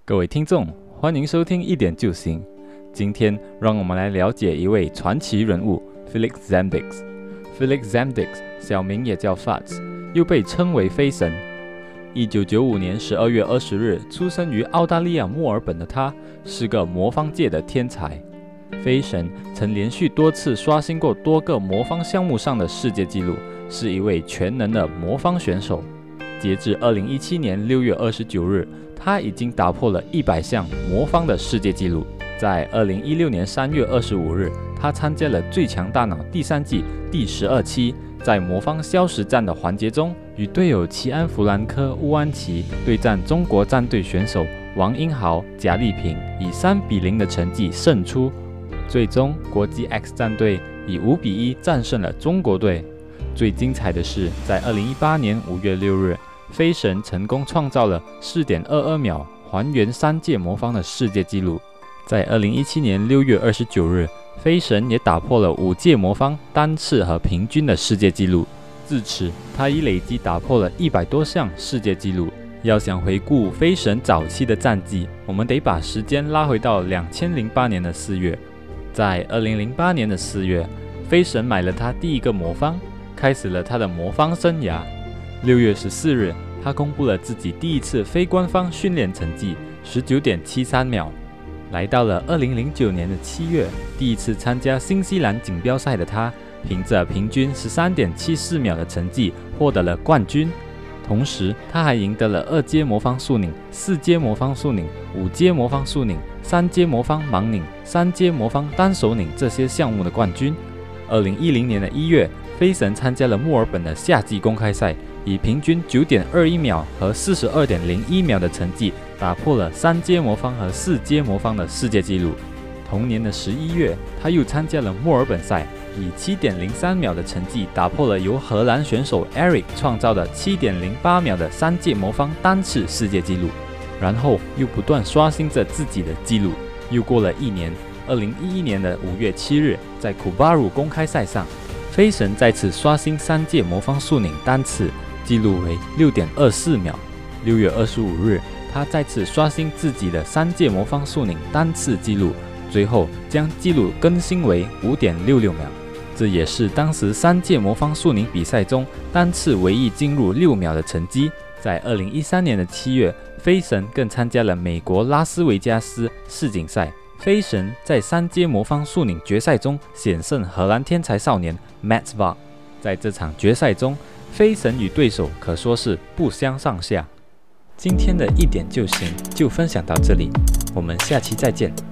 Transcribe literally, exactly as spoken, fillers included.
各位听众，欢迎收听一点就行。今天让我们来了解一位传奇人物 Felix Zemdegs。Felix Zemdegs 小名也叫 Fats， 又被称为飞神。一九九五年十二月二十日出生于澳大利亚墨尔本的他，是个魔方界的天才。飞神曾连续多次刷新过多个魔方项目上的世界纪录，是一位全能的魔方选手。截至二零一七年六月二十九日，他已经打破了一百项魔方的世界纪录。在二零一六年三月二十五日，他参加了《最强大脑》第三季第十二期，在魔方消食战的环节中，与队友齐安弗兰科乌安琪对战中国战队选手王英豪、贾丽萍，以三比零的成绩胜出。最终，国际 X 战队以五比一战胜了中国队。最精彩的是，在二零一八年五月六日，飞神成功创造了 四点二二秒还原三界魔方的世界纪录。在二零一七年六月二十九日，飞神也打破了五界魔方单次和平均的世界纪录。自此，他已累计打破了一百多项世界纪录。要想回顾飞神早期的战绩，我们得把时间拉回到两千零八年的四月。在二零零八年的四月，飞神买了他第一个魔方，开始了他的魔方生涯。六月十四日，他公布了自己第一次非官方训练成绩 十九点七三秒。来到了二零零九年的七月，第一次参加新西兰锦标赛的他，凭着平均 十三点七四秒的成绩获得了冠军。同时，他还赢得了二阶魔方速拧、四阶魔方速拧、五阶魔方速拧、三阶魔方盲拧、三阶魔方单手拧这些项目的冠军。二零一零年的一月，飞神参加了墨尔本的夏季公开赛，以平均 九点二一秒和 四十二点零一秒的成绩，打破了三阶魔方和四阶魔方的世界纪录。同年的十一月，他又参加了墨尔本赛，以 七点零三秒的成绩打破了由荷兰选手 Eric 创造的 七点零八秒的三界魔方单次世界纪录，然后又不断刷新着自己的纪录。又过了一年，二零一一年的五月七日，在库巴鲁公开赛上，飞神再次刷新三界魔方速拧单次，纪录为 六点二四秒。六月二十五日，他再次刷新自己的三界魔方速拧单次纪录，最后将纪录更新为 五点六六秒。这也是当时三界魔方速拧比赛中单次唯一进入六秒的成绩。在二零一三年的七月，飞神更参加了美国拉斯维加斯世锦赛。飞神在三阶魔方速拧决赛中险胜荷兰天才少年 Mats Vark。在这场决赛中，飞神与对手可说是不相上下。今天的一点就行就分享到这里，我们下期再见。